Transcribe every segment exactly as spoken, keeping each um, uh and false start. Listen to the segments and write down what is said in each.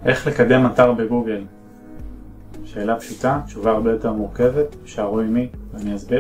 איך לקדם אתר בגוגל? שאלה פשוטה, תשובה הרבה יותר מורכבת, שערו עימי ואני אסביר.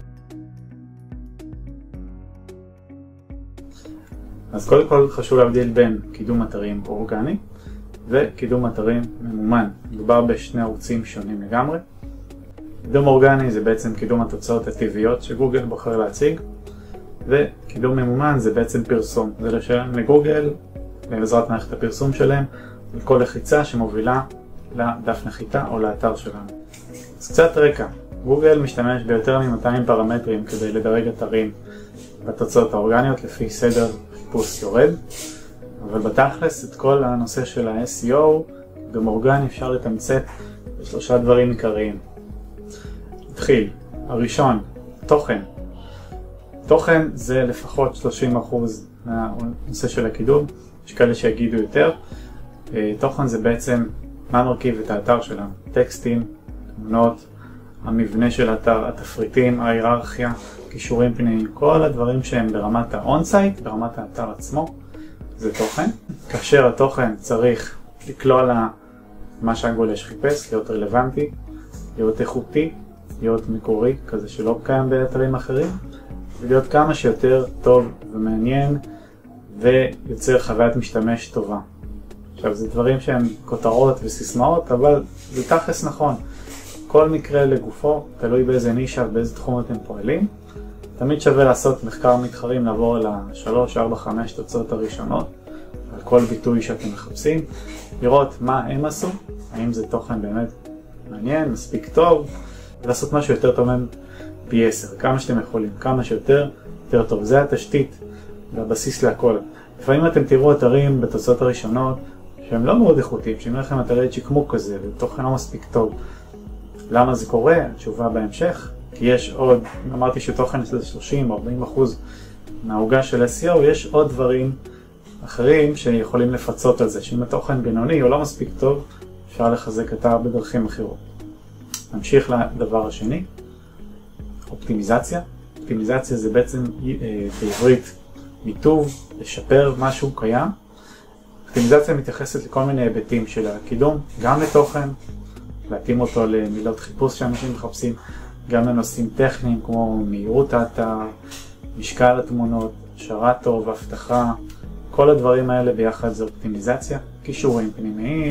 אז קודם כל חשוב להבדיל בין קידום אתרים אורגני וקידום אתרים ממומן. מדובר בשני ערוצים שונים לגמרי. קידום אורגני זה בעצם קידום התוצאות הטבעיות שגוגל בוחר להציג, וקידום ממומן זה בעצם פרסום. זה לשלם לגוגל בעזרת מערכת הפרסום שלהם על כל לחיצה שמובילה לדף נחיתה או לאתר שלנו. אז קצת רקע, גוגל משתמש ביותר מ-מאתיים פרמטרים כדי לדרג אתרים בתוצאות האורגניות לפי סדר חיפוש יורד, אבל בתכלס את כל הנושא של ה-אס אי או, קידום אורגני, אפשר לתמצת בשלושה דברים עיקריים. נתחיל. הראשון, תוכן. תוכן זה לפחות שלושים אחוז מהנושא של הקידום, יש כאלה שיגידו יותר. תוכן זה בעצם מה מרכיב את האתר שלנו, טקסטים, תמונות, המבנה של האתר, התפריטים, ההיררכיה, קישורים פנימיים, כל הדברים שהם ברמת ה-on-site, ברמת האתר עצמו, זה תוכן. כאשר התוכן צריך לכלול מה שהגולש חיפש, להיות רלוונטי, להיות איכותי, להיות מקורי, כזה שלא קיים באתרים אחרים, ולהיות כמה שיותר טוב ומעניין ויוצר חוויית משתמש טובה. עכשיו, זה דברים שהם כותרות וסיסמאות, אבל זה תכלס נכון. כל מקרה לגופו, תלוי באיזה נישה ובאיזה תחום אתם פועלים. תמיד שווה לעשות מחקר מתחרים, לעבור על ה-שלוש, ארבע, חמש תוצאות הראשונות, על כל ביטוי שאתם מחפשים, לראות מה הם עשו, האם זה תוכן באמת מעניין, מספיק טוב, ולעשות משהו יותר טוב מהם פי עשר, כמה שאתם יכולים, כמה שיותר, יותר טוב. זה התשתית והבסיס להכל. לפעמים אתם תראו אתרים בתוצאות הראשונות שהם לא מאוד איכותיים, שאם לכם אתרי צ'יקמוק כזה ותוכן לא מספיק טוב. למה זה קורה? התשובה בהמשך. כי יש עוד, אמרתי שתוכן זה שלושים או ארבעים אחוז מהעוגה של ה-אס אי או, יש עוד דברים אחרים שיכולים לפצות על זה, שאם התוכן בינוני או לא מספיק טוב, אפשר לחזק אתר בדרכים אחרות. נמשיך לדבר השני, אופטימיזציה. אופטימיזציה זה בעצם בעברית מיטוב, לשפר משהו קיים. אופטימיזציה מתייחסת לכל מיני היבטים של הקידום, גם לתוכן, להתאים אותו למילות חיפוש שאנשים מחפשים, גם לנושאים טכניים כמו מהירות האתר, משקל התמונות, שרת טוב, הבטחה, כל הדברים האלה ביחד זה אופטימיזציה, קישורים פנימיים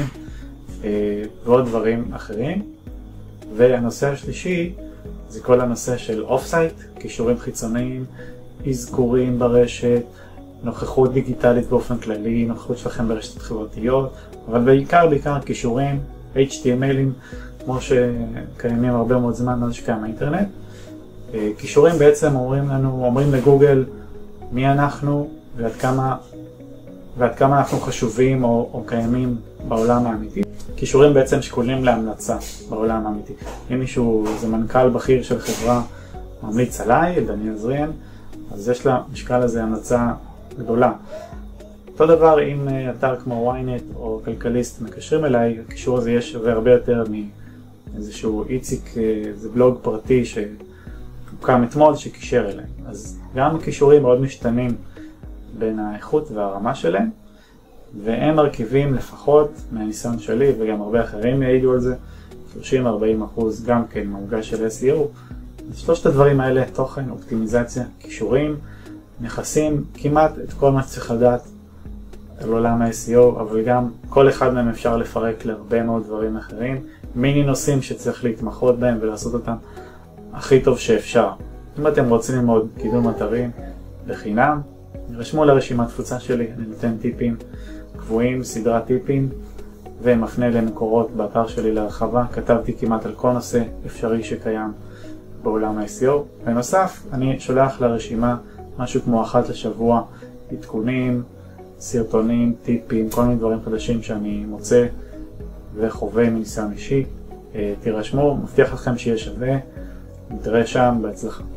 ועוד דברים אחרים. והנושא השלישי זה כל הנושא של אוף-סייט, קישורים חיצוניים, אזכורים ברשת, נוכחות דיגיטלית באופן כללי, נוכחות שלכם ברשתות חברתיות, אבל בעיקר בעיקר קישורים, אייץ' טי אם אל'ים, כמו שקיימים הרבה מאוד זמן מאז שקיים האינטרנט. קישורים בעצם אומרים לנו, אומרים לגוגל מי אנחנו ועד כמה, ועד כמה אנחנו חשובים או, או קיימים בעולם האמיתי. קישורים בעצם שקולים להמלצה בעולם האמיתי. אם מישהו, זה מנכ"ל בכיר של חברה, ממליץ עליי, דניאל זריאן, אז יש לה משקל הזה המלצה גדולה. אותו דבר אם אתר כמו וויינט או כלכליסט מקשרים אליי, הקישור הזה יש שווה הרבה יותר מאיזשהו איציק, זה בלוג פרטי שהוקם אתמול שקישר אליי. אז גם הקישורים מאוד משתנים בין האיכות והרמה שלהם, והם מרכיבים לפחות מהניסיון שלי וגם הרבה אחרים יעידו על זה, שלושים עד ארבעים אחוז גם כן מהעוגה של אס אי או. אז שלושת הדברים האלה, תוכן, אופטימיזציה, קישורים, נכסים כמעט את כל מה שצריך לדעת על עולם ה-אס אי או, אבל גם כל אחד מהם אפשר לפרק להרבה מאוד דברים אחרים, מיני נושאים שצריך להתמחות בהם ולעשות אותם הכי טוב שאפשר. אם אתם רוצים ללמוד קידום אתרים בחינם, רשמו לרשימת תפוצה שלי, אני נותן טיפים קבועים, סדרת טיפים, ומפנה למקורות באתר שלי להרחבה. כתבתי כמעט על כל נושא אפשרי שקיים בעולם ה-אס אי או. בנוסף, אני שולח לרשימה משהו כמו אחת לשבוע, עדכונים, סרטונים, טיפים, כל מיני דברים חדשים שאני מוצא וחווה מניסיון אישי. תירשמו, מבטיח לכם שיהיה שווה, נתראה שם, בהצלחה.